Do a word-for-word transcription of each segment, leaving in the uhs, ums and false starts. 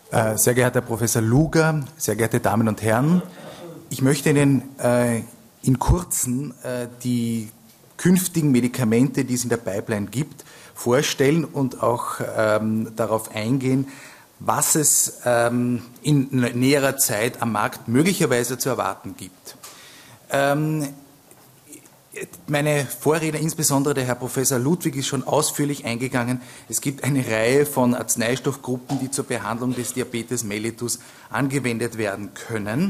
Äh, sehr geehrter Herr Professor Luger, sehr geehrte Damen und Herren, ich möchte Ihnen äh, in kurzen äh, die künftigen Medikamente, die es in der Pipeline gibt, vorstellen und auch ähm, darauf eingehen, was es ähm, in näherer Zeit am Markt möglicherweise zu erwarten gibt. Ähm, Meine Vorredner, insbesondere der Herr Professor Ludwig, ist schon ausführlich eingegangen. Es gibt eine Reihe von Arzneistoffgruppen, die zur Behandlung des Diabetes mellitus angewendet werden können.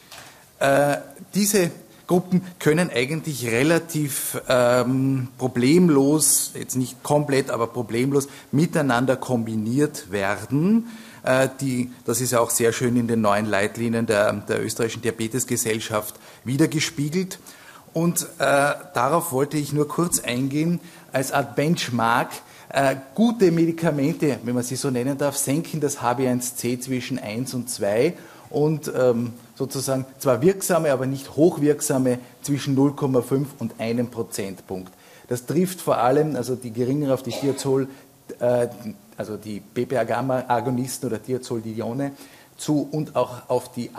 Äh, diese Gruppen können eigentlich relativ ähm, problemlos, jetzt nicht komplett, aber problemlos miteinander kombiniert werden. Äh, die, das ist ja auch sehr schön in den neuen Leitlinien der, der österreichischen Diabetesgesellschaft wiedergespiegelt. Und äh, darauf wollte ich nur kurz eingehen, als Art Benchmark. Äh, gute Medikamente, wenn man sie so nennen darf, senken das H b A eins C zwischen eins und zwei und ähm, sozusagen zwar wirksame, aber nicht hochwirksame zwischen null Komma fünf und einem Prozentpunkt. Das trifft vor allem also die geringere auf die Thiazol, äh, also die B P A-Gamma-Agonisten oder Thiazoldione zu und auch auf die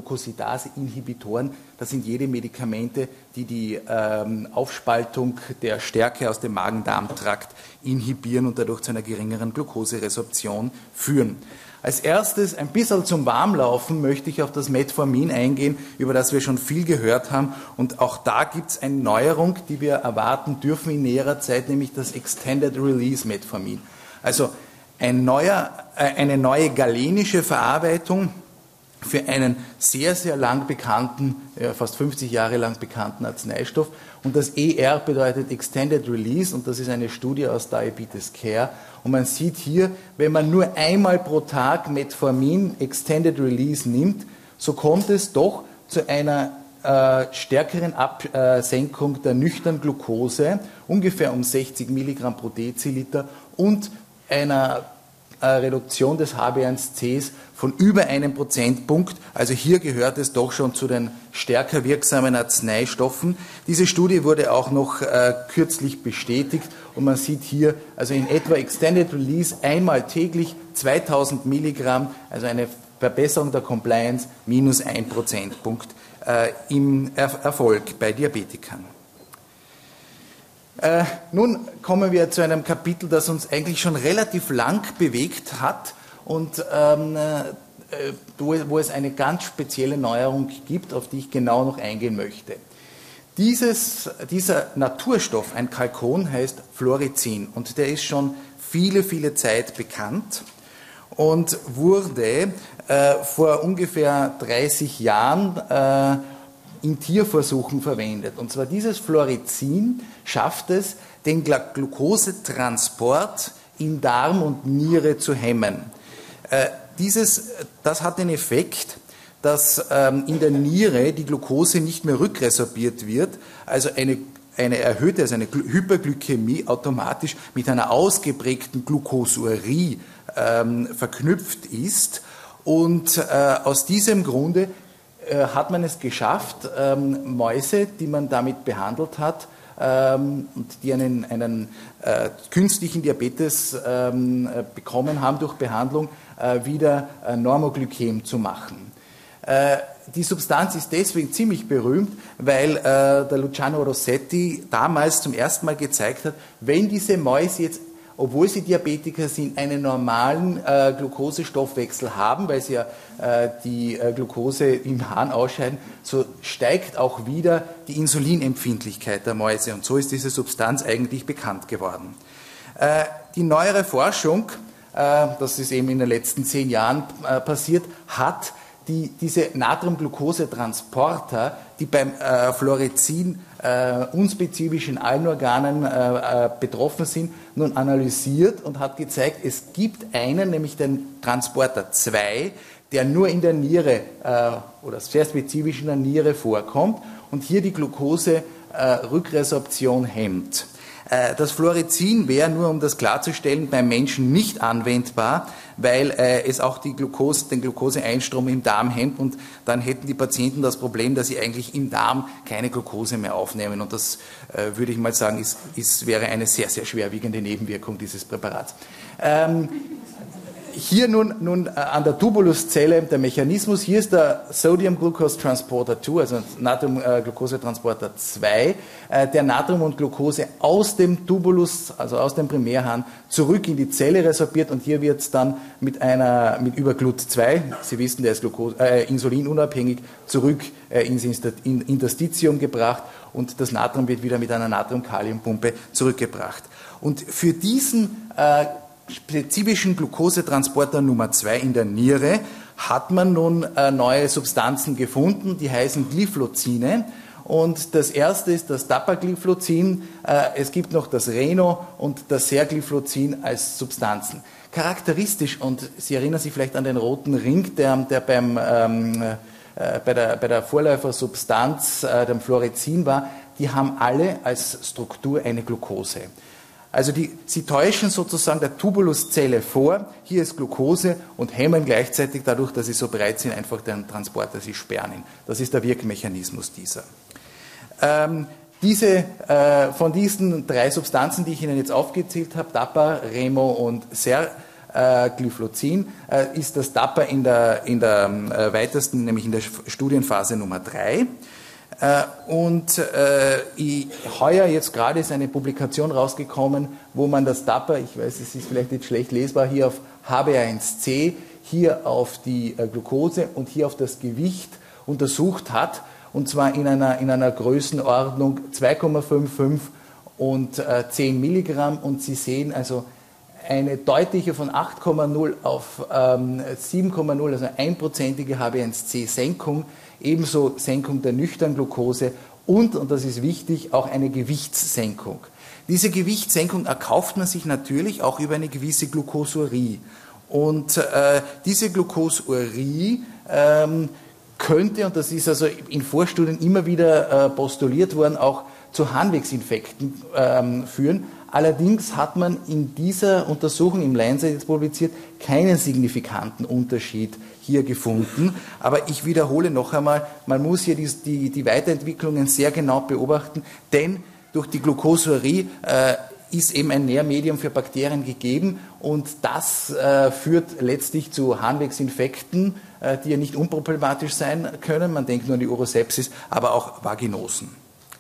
Alpha-Glucosidase-Inhibitoren. Das sind jede Medikamente, die die ähm, Aufspaltung der Stärke aus dem Magen-Darm-Trakt inhibieren und dadurch zu einer geringeren Glukoseresorption führen. Als erstes, ein bisschen zum Warmlaufen, möchte ich auf das Metformin eingehen, über das wir schon viel gehört haben. Und auch da gibt es eine Neuerung, die wir erwarten dürfen in näherer Zeit, nämlich das Extended Release Metformin. Also ein neuer, eine neue galenische Verarbeitung für einen sehr, sehr lang bekannten, fast fünfzig Jahre lang bekannten Arzneistoff. Und das E R bedeutet Extended Release und das ist eine Studie aus Diabetes Care. Und man sieht hier, wenn man nur einmal pro Tag Metformin Extended Release nimmt, so kommt es doch zu einer äh, stärkeren Absenkung der nüchternen Glucose, ungefähr um sechzig Milligramm pro Deziliter und einer äh, Reduktion des H b A eins Cs von über einem Prozentpunkt. Also hier gehört es doch schon zu den stärker wirksamen Arzneistoffen. Diese Studie wurde auch noch äh, kürzlich bestätigt und man sieht hier also in etwa Extended Release einmal täglich zweitausend Milligramm, also eine Verbesserung der Compliance minus ein Prozentpunkt äh, im er Erfolg bei Diabetikern. Äh, nun kommen wir zu einem Kapitel, das uns eigentlich schon relativ lang bewegt hat und ähm, äh, wo, wo es eine ganz spezielle Neuerung gibt, auf die ich genau noch eingehen möchte. Dieses, dieser Naturstoff, ein Chalkon, heißt Fluorizin und der ist schon viele, viele Zeit bekannt und wurde äh, vor ungefähr dreißig Jahren äh, in Tierversuchen verwendet. Und zwar dieses Fluorizin schafft es, den Glukosetransport in Darm und Niere zu hemmen. Äh, dieses, das hat den Effekt, dass ähm, in der Niere die Glucose nicht mehr rückresorbiert wird, also eine, eine erhöhte, also eine Hyperglykämie automatisch mit einer ausgeprägten Glucosurie ähm, verknüpft ist. Und äh, aus diesem Grunde hat man es geschafft, ähm, Mäuse, die man damit behandelt hat ähm, und die einen, einen äh, künstlichen Diabetes ähm, bekommen haben durch Behandlung, äh, wieder äh, Normoglykäm zu machen. Äh, die Substanz ist deswegen ziemlich berühmt, weil äh, der Luciano Rossetti damals zum ersten Mal gezeigt hat, wenn diese Mäuse jetzt, obwohl sie Diabetiker sind, einen normalen äh, Glukosestoffwechsel haben, weil sie ja äh, die äh, Glucose im Harn ausscheiden, so steigt auch wieder die Insulinempfindlichkeit der Mäuse. Und so ist diese Substanz eigentlich bekannt geworden. Äh, die neuere Forschung, äh, das ist eben in den letzten zehn Jahren äh, passiert, hat die, diese Natrium-Glucose-Transporter, die beim äh, Fluorizin äh, unspezifisch in allen Organen äh, äh, betroffen sind, nun analysiert und hat gezeigt, es gibt einen, nämlich den Transporter zwei, der nur in der Niere äh, oder sehr spezifisch in der Niere vorkommt und hier die Glucose-Rückresorption äh, hemmt. Äh, das Fluorizin wäre, nur um das klarzustellen, beim Menschen nicht anwendbar, weil äh, es auch die Glucose, den Glukoseeinstrom im Darm hemmt und dann hätten die Patienten das Problem, dass sie eigentlich im Darm keine Glucose mehr aufnehmen und das äh, würde ich mal sagen, ist, ist, wäre eine sehr, sehr schwerwiegende Nebenwirkung dieses Präparats. Ähm, hier nun, nun an der Tubuluszelle der Mechanismus. Hier ist der Sodium Glucose Transporter zwei, also Natrium-Glucose-Transporter zwei, der Natrium und Glucose aus dem Tubulus, also aus dem Primärhahn, zurück in die Zelle resorbiert, und hier wird es dann mit einer, mit über Glut zwei, Sie wissen, der ist Glucose, äh, insulinunabhängig, zurück äh, ins Interstitium gebracht, und das Natrium wird wieder mit einer Natrium-Kalium-Pumpe zurückgebracht. Und für diesen äh, spezifischen Glukosetransporter Nummer zwei in der Niere hat man nun äh, neue Substanzen gefunden, die heißen Glyphlozine. Und das erste ist das Dapagliflozin, äh, es gibt noch das Reno und das Sergliflozin als Substanzen. Charakteristisch, und Sie erinnern sich vielleicht an den roten Ring, der, der beim, ähm, äh, bei, der, bei der Vorläufersubstanz, äh, dem Fluorizin war, die haben alle als Struktur eine Glucose. Also die, sie täuschen sozusagen der Tubuluszelle vor, hier ist Glucose, und hemmen gleichzeitig dadurch, dass sie so breit sind, einfach den Transporter, sie sperren. Das ist der Wirkmechanismus dieser. Ähm, diese, äh, von diesen drei Substanzen, die ich Ihnen jetzt aufgezählt habe, Dapa, Remo und Sergliflozin, äh, ist das Dapa in der, in der äh, weitesten, nämlich in der Studienphase Nummer drei. Und äh, ich, heuer jetzt gerade ist eine Publikation rausgekommen, wo man das Dapa, ich weiß, es ist vielleicht nicht schlecht lesbar, hier auf H B A eins C, hier auf die äh, Glucose und hier auf das Gewicht untersucht hat, und zwar in einer, in einer Größenordnung zwei Komma fünfundfünfzig und äh, zehn Milligramm, und Sie sehen also eine deutliche von acht Komma null auf ähm, sieben Komma null, also einprozentige H B A eins C Senkung, ebenso Senkung der nüchternen Glucose und, und das ist wichtig, auch eine Gewichtssenkung. Diese Gewichtssenkung erkauft man sich natürlich auch über eine gewisse Glucosurie. Und äh, diese Glucosurie ähm, könnte, und das ist also in Vorstudien immer wieder äh, postuliert worden, auch zu Harnwegsinfekten ähm, führen. Allerdings hat man in dieser Untersuchung im Lancet jetzt publiziert keinen signifikanten Unterschied hier gefunden. Aber ich wiederhole noch einmal, man muss hier die, die, die Weiterentwicklungen sehr genau beobachten, denn durch die Glucosurie äh, ist eben ein Nährmedium für Bakterien gegeben, und das äh, führt letztlich zu Harnwegsinfekten, äh, die ja nicht unproblematisch sein können. Man denkt nur an die Urosepsis, aber auch Vaginosen.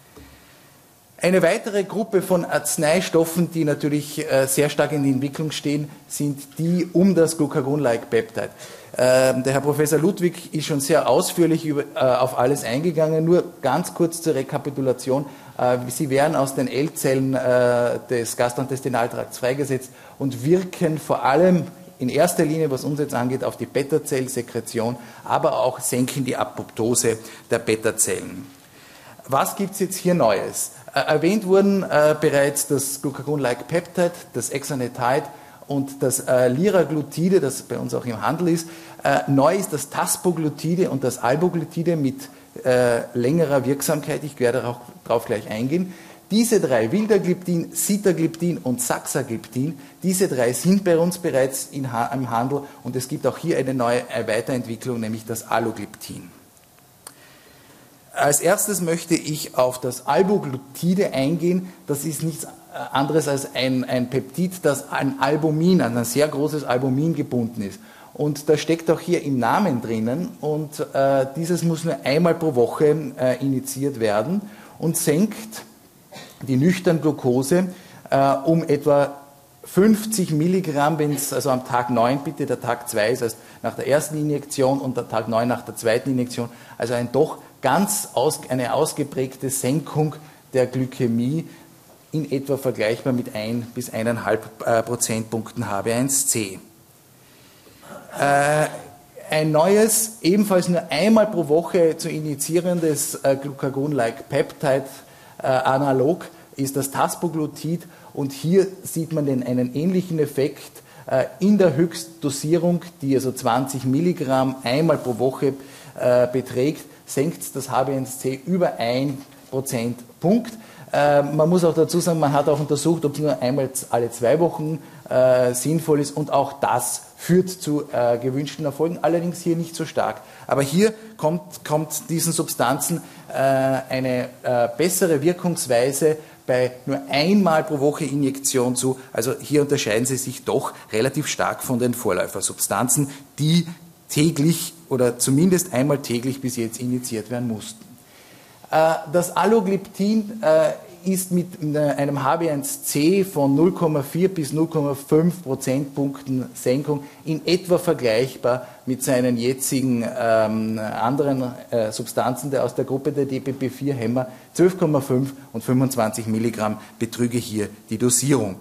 Eine weitere Gruppe von Arzneistoffen, die natürlich äh, sehr stark in der Entwicklung stehen, sind die um das Glucagon-like Peptide. Ähm, der Herr Professor Ludwig ist schon sehr ausführlich über, äh, auf alles eingegangen. Nur ganz kurz zur Rekapitulation. Äh, sie werden aus den L-Zellen äh, des Gastrointestinaltrakts freigesetzt und wirken vor allem in erster Linie, was uns jetzt angeht, auf die Beta-Zellsekretion, aber auch senken die Apoptose der Beta-Zellen. Was gibt es jetzt hier Neues? Äh, erwähnt wurden äh, bereits das Glucagon-like Peptide, das Exenatide und das äh, Liraglutide, das bei uns auch im Handel ist. Äh, neu ist das Taspoglutide und das Alboglutide mit äh, längerer Wirksamkeit. Ich werde darauf, darauf gleich eingehen. Diese drei, Vildagliptin, Sitagliptin und Saxagliptin, diese drei sind bei uns bereits in, im Handel, und es gibt auch hier eine neue Weiterentwicklung, nämlich das Allogliptin. Als erstes möchte ich auf das Alboglutide eingehen. Das ist nichts anderes als ein, ein Peptid, das an Albumin, an ein sehr großes Albumin gebunden ist. Und das steckt auch hier im Namen drinnen, und äh, dieses muss nur einmal pro Woche äh, injiziert werden und senkt die nüchterne Glucose äh, um etwa fünfzig Milligramm, wenn es also am Tag neun, bitte, der Tag zwei ist erst nach der ersten Injektion und der Tag neun nach der zweiten Injektion, also ein doch ganz aus, eine ausgeprägte Senkung der Glykämie, in etwa vergleichbar mit ein bis eineinhalb äh, Prozentpunkten H B A eins C. Äh, ein neues, ebenfalls nur einmal pro Woche zu injizierendes äh, Glucagon-like Peptide äh, Analog ist das Taspoglutid, und hier sieht man den, einen ähnlichen Effekt äh, in der Höchstdosierung, die also zwanzig Milligramm einmal pro Woche äh, beträgt, senkt das H B A eins C über ein Prozentpunkt. Äh, man muss auch dazu sagen, man hat auch untersucht, ob es nur einmal alle zwei Wochen äh, sinnvoll ist, und auch das führt zu äh, gewünschten Erfolgen, allerdings hier nicht so stark. Aber hier kommt, kommt diesen Substanzen äh, eine äh, bessere Wirkungsweise bei nur einmal pro Woche Injektion zu. Also hier unterscheiden sie sich doch relativ stark von den Vorläufersubstanzen, die täglich oder zumindest einmal täglich bis jetzt injiziert werden mussten. Das Allogliptin ist mit einem H B eins C von null Komma vier bis null Komma fünf Prozentpunkten Senkung in etwa vergleichbar mit seinen jetzigen ähm, anderen äh, Substanzen der aus der Gruppe der D P P vier Hämmer. zwölf Komma fünf und fünfundzwanzig Milligramm betrüge hier die Dosierung.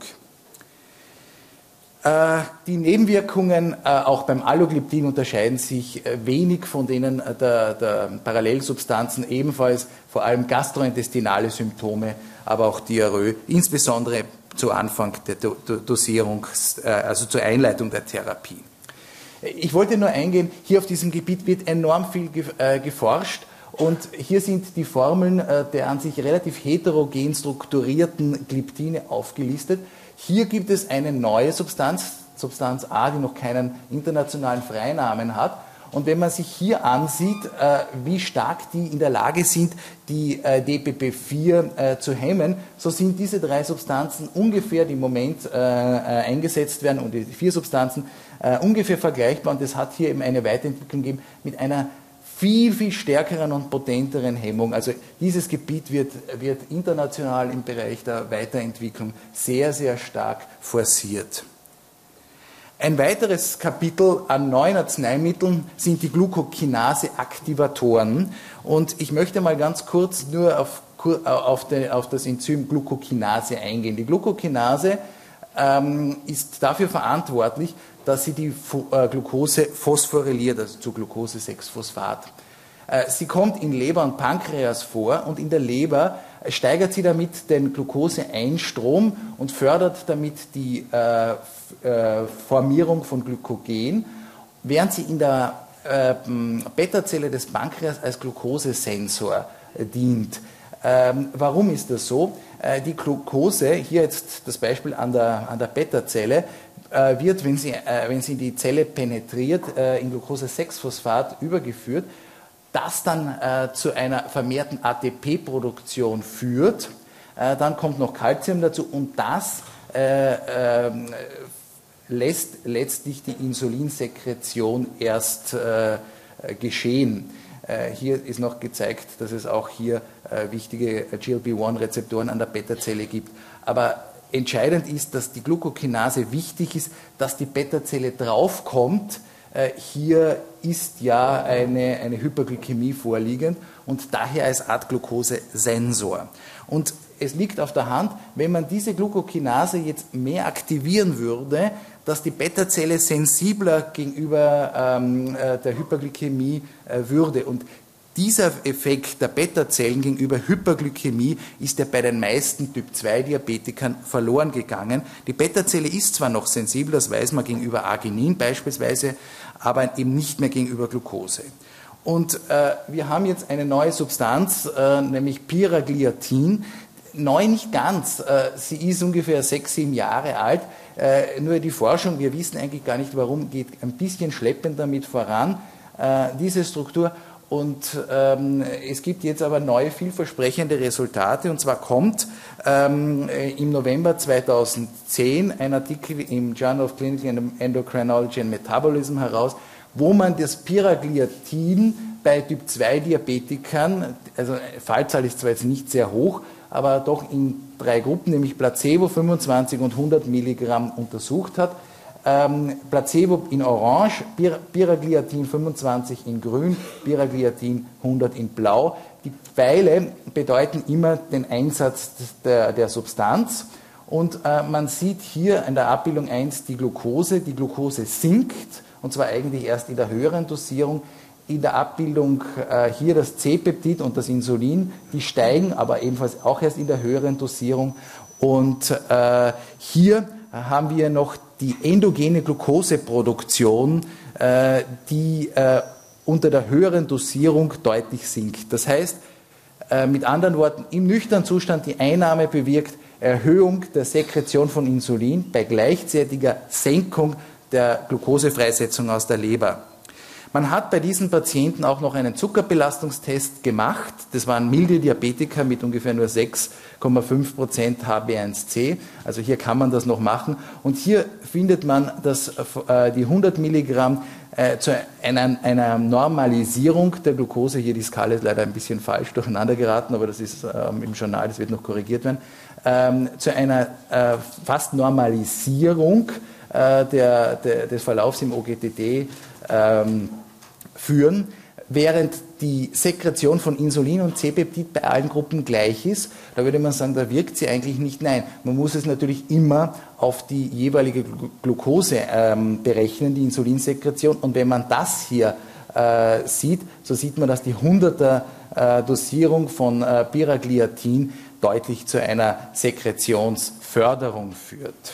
Die Nebenwirkungen auch beim Allogliptin unterscheiden sich wenig von denen der, der Parallelsubstanzen, ebenfalls vor allem gastrointestinale Symptome, aber auch Diarrhoe, insbesondere zu Anfang der Dosierung, also zur Einleitung der Therapie. Ich wollte nur eingehen, hier auf diesem Gebiet wird enorm viel geforscht. Und hier sind die Formeln der an sich relativ heterogen strukturierten Gliptine aufgelistet. Hier gibt es eine neue Substanz, Substanz A, die noch keinen internationalen Freinamen hat. Und wenn man sich hier ansieht, wie stark die in der Lage sind, die D P P vier zu hemmen, so sind diese drei Substanzen ungefähr, die im Moment eingesetzt werden, und die vier Substanzen ungefähr vergleichbar. Und es hat hier eben eine Weiterentwicklung gegeben mit einer viel, viel stärkeren und potenteren Hemmung. Also dieses Gebiet wird, wird international im Bereich der Weiterentwicklung sehr, sehr stark forciert. Ein weiteres Kapitel an neuen Arzneimitteln sind die Glucokinase-Aktivatoren. Und ich möchte mal ganz kurz nur auf, auf, den, auf das Enzym Glucokinase eingehen. Die Glucokinase ähm, ist dafür verantwortlich, dass sie die Glucose phosphoryliert, also zu Glucose sechs Phosphat. Sie kommt in Leber und Pankreas vor, und in der Leber steigert sie damit den Glucoseeinstrom und fördert damit die äh, äh, Formierung von Glykogen, während sie in der äh, Beta-Zelle des Pankreas als Glukosesensor äh, dient. Ähm, warum ist das so? Äh, die Glucose, hier jetzt das Beispiel an der, an der Beta-Zelle, äh, wird, wenn sie, äh, wenn sie in die Zelle penetriert, äh, in Glucose sechs Phosphat übergeführt, das dann äh, zu einer vermehrten A T P-Produktion führt. Äh, dann kommt noch Calcium dazu, und das äh, äh, lässt letztlich die Insulinsekretion erst äh, geschehen. Äh, hier ist noch gezeigt, dass es auch hier äh, wichtige G L P eins Rezeptoren an der Beta-Zelle gibt. Aber entscheidend ist, dass die Glucokinase wichtig ist, dass die Beta-Zelle draufkommt. Hier ist ja eine, eine Hyperglykämie vorliegend und daher als Art Glukosesensor. Und es liegt auf der Hand, wenn man diese Glucokinase jetzt mehr aktivieren würde, dass die Beta-Zelle sensibler gegenüber ähm, der Hyperglykämie äh, würde. Und dieser Effekt der Beta-Zellen gegenüber Hyperglykämie ist ja bei den meisten Typ zwei Diabetikern verloren gegangen. Die Beta-Zelle ist zwar noch sensibel, das weiß man gegenüber Arginin beispielsweise, aber eben nicht mehr gegenüber Glucose. Und äh, wir haben jetzt eine neue Substanz, äh, nämlich Piragliatin. Neu nicht ganz, äh, sie ist ungefähr sechs, sieben Jahre alt. Äh, nur die Forschung, wir wissen eigentlich gar nicht warum, geht ein bisschen schleppend damit voran, äh, diese Struktur. Und ähm, es gibt jetzt aber neue, vielversprechende Resultate. Und zwar kommt ähm, im November zweitausendzehn ein Artikel im Journal of Clinical Endocrinology and Metabolism heraus, wo man das Piragliatin bei Typ zwei Diabetikern, also Fallzahl ist zwar jetzt nicht sehr hoch, aber doch in drei Gruppen, nämlich Placebo, fünfundzwanzig und hundert Milligramm untersucht hat. Ähm, Placebo in Orange, Piragliatin fünfundzwanzig in Grün, Piragliatin hundert in Blau. Die Pfeile bedeuten immer den Einsatz der, der Substanz. Und äh, man sieht hier in der Abbildung eins die Glucose. Die Glucose sinkt, und zwar eigentlich erst in der höheren Dosierung. In der Abbildung äh, hier das C-Peptid und das Insulin, die steigen, aber ebenfalls auch erst in der höheren Dosierung. Und äh, hier haben wir noch die endogene Glukoseproduktion, äh, die äh, unter der höheren Dosierung deutlich sinkt. Das heißt, äh, mit anderen Worten, im nüchternen Zustand die Einnahme bewirkt Erhöhung der Sekretion von Insulin bei gleichzeitiger Senkung der Glukosefreisetzung aus der Leber. Man hat bei diesen Patienten auch noch einen Zuckerbelastungstest gemacht. Das waren milde Diabetiker mit ungefähr nur sechs Komma fünf Prozent H b eins C. Also hier kann man das noch machen. Und hier findet man, dass äh, die hundert Milligramm äh, zu einer, einer Normalisierung der Glucose, hier die Skala ist leider ein bisschen falsch durcheinander geraten, aber das ist ähm, im Journal, das wird noch korrigiert werden, ähm, zu einer äh, fast Normalisierung äh, der, der, des Verlaufs im O G T D ähm, führen, während die Sekretion von Insulin und C-Peptid bei allen Gruppen gleich ist. Da würde man sagen, da wirkt sie eigentlich nicht. Nein, man muss es natürlich immer auf die jeweilige Glucose ähm, berechnen, die Insulinsekretion. Und wenn man das hier äh, sieht, so sieht man, dass die hunderter äh, Dosierung von äh, Piragliatin deutlich zu einer Sekretionsförderung führt.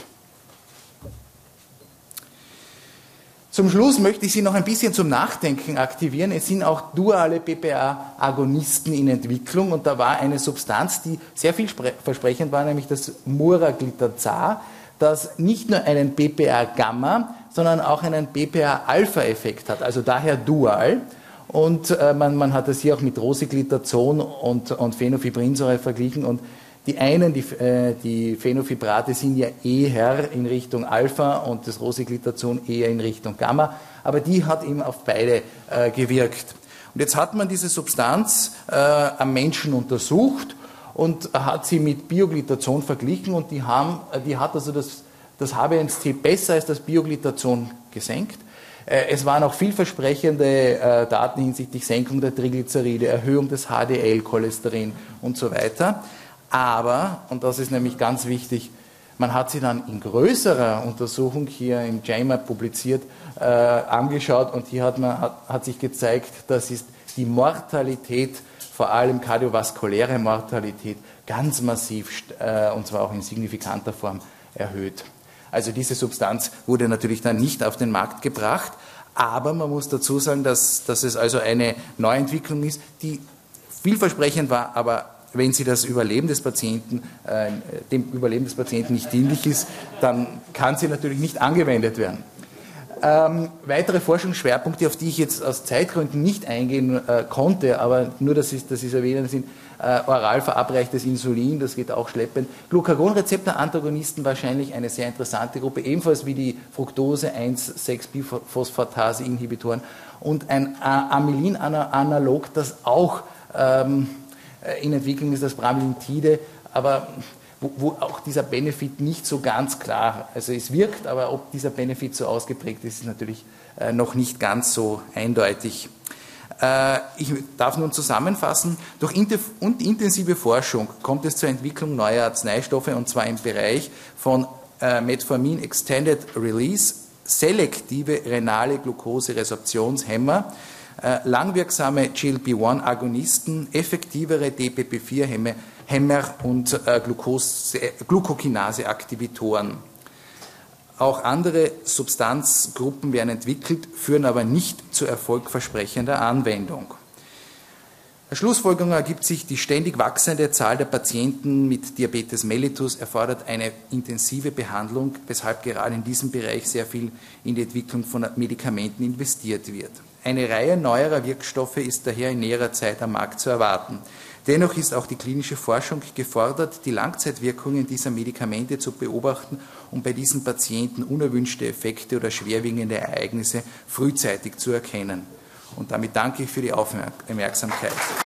Zum Schluss möchte ich Sie noch ein bisschen zum Nachdenken aktivieren. Es sind auch duale P P A-Agonisten in Entwicklung und da war eine Substanz, die sehr vielversprechend war, nämlich das Muraglitazar, das nicht nur einen P P A-Gamma, sondern auch einen P P A-Alpha-Effekt hat, also daher dual. Und äh, man, man hat das hier auch mit Rosiglitazon und, und Phenylfibrinsäure verglichen und die einen, die, äh, die Phenofibrate, sind ja eher in Richtung Alpha und das Rosiglitazon eher in Richtung Gamma, aber die hat eben auf beide äh, gewirkt. Und jetzt hat man diese Substanz äh, am Menschen untersucht und hat sie mit Bioglitazon verglichen und die, haben, die hat also das, das H b eins C besser als das Bioglitazon gesenkt. Äh, es waren auch vielversprechende äh, Daten hinsichtlich Senkung der Triglyceride, Erhöhung des H D L-Cholesterin und so weiter. Aber, und das ist nämlich ganz wichtig, man hat sie dann in größerer Untersuchung hier im J M A P publiziert, äh, angeschaut und hier hat, man, hat, hat sich gezeigt, dass ist die Mortalität, vor allem kardiovaskuläre Mortalität, ganz massiv äh, und zwar auch in signifikanter Form erhöht. Also diese Substanz wurde natürlich dann nicht auf den Markt gebracht, aber man muss dazu sagen, dass, dass es also eine Neuentwicklung ist, die vielversprechend war, aber wenn sie das Überleben des Patienten, äh, dem Überleben des Patienten nicht dienlich ist, dann kann sie natürlich nicht angewendet werden. Ähm, weitere Forschungsschwerpunkte, auf die ich jetzt aus Zeitgründen nicht eingehen äh, konnte, aber nur, dass ich das erwähnen, sind äh, oral verabreichtes Insulin, das geht auch schleppend. Glucagon-Rezeptor-Antagonisten, wahrscheinlich eine sehr interessante Gruppe, ebenfalls wie die Fructose eins sechs Biphosphatase-Inhibitoren und ein äh, Amylin-Analog, das auch ähm, in Entwicklung ist, das Pramlintide, aber wo, wo auch dieser Benefit nicht so ganz klar, also es wirkt, aber ob dieser Benefit so ausgeprägt ist, ist natürlich äh, noch nicht ganz so eindeutig. Äh, ich darf nun zusammenfassen, durch intensive Forschung kommt es zur Entwicklung neuer Arzneistoffe und zwar im Bereich von äh, Metformin Extended Release, selektive renale Glucose-Resorptionshemmer, Äh, langwirksame G L P eins Agonisten, effektivere D P P vier Hämmer und äh, Glucokinase-Aktivitoren. Auch andere Substanzgruppen werden entwickelt, führen aber nicht zu erfolgversprechender Anwendung. Als Schlussfolgerung ergibt sich, die ständig wachsende Zahl der Patienten mit Diabetes mellitus erfordert eine intensive Behandlung, weshalb gerade in diesem Bereich sehr viel in die Entwicklung von Medikamenten investiert wird. Eine Reihe neuerer Wirkstoffe ist daher in näherer Zeit am Markt zu erwarten. Dennoch ist auch die klinische Forschung gefordert, die Langzeitwirkungen dieser Medikamente zu beobachten und bei diesen Patienten unerwünschte Effekte oder schwerwiegende Ereignisse frühzeitig zu erkennen. Und damit danke ich für die Aufmerksamkeit.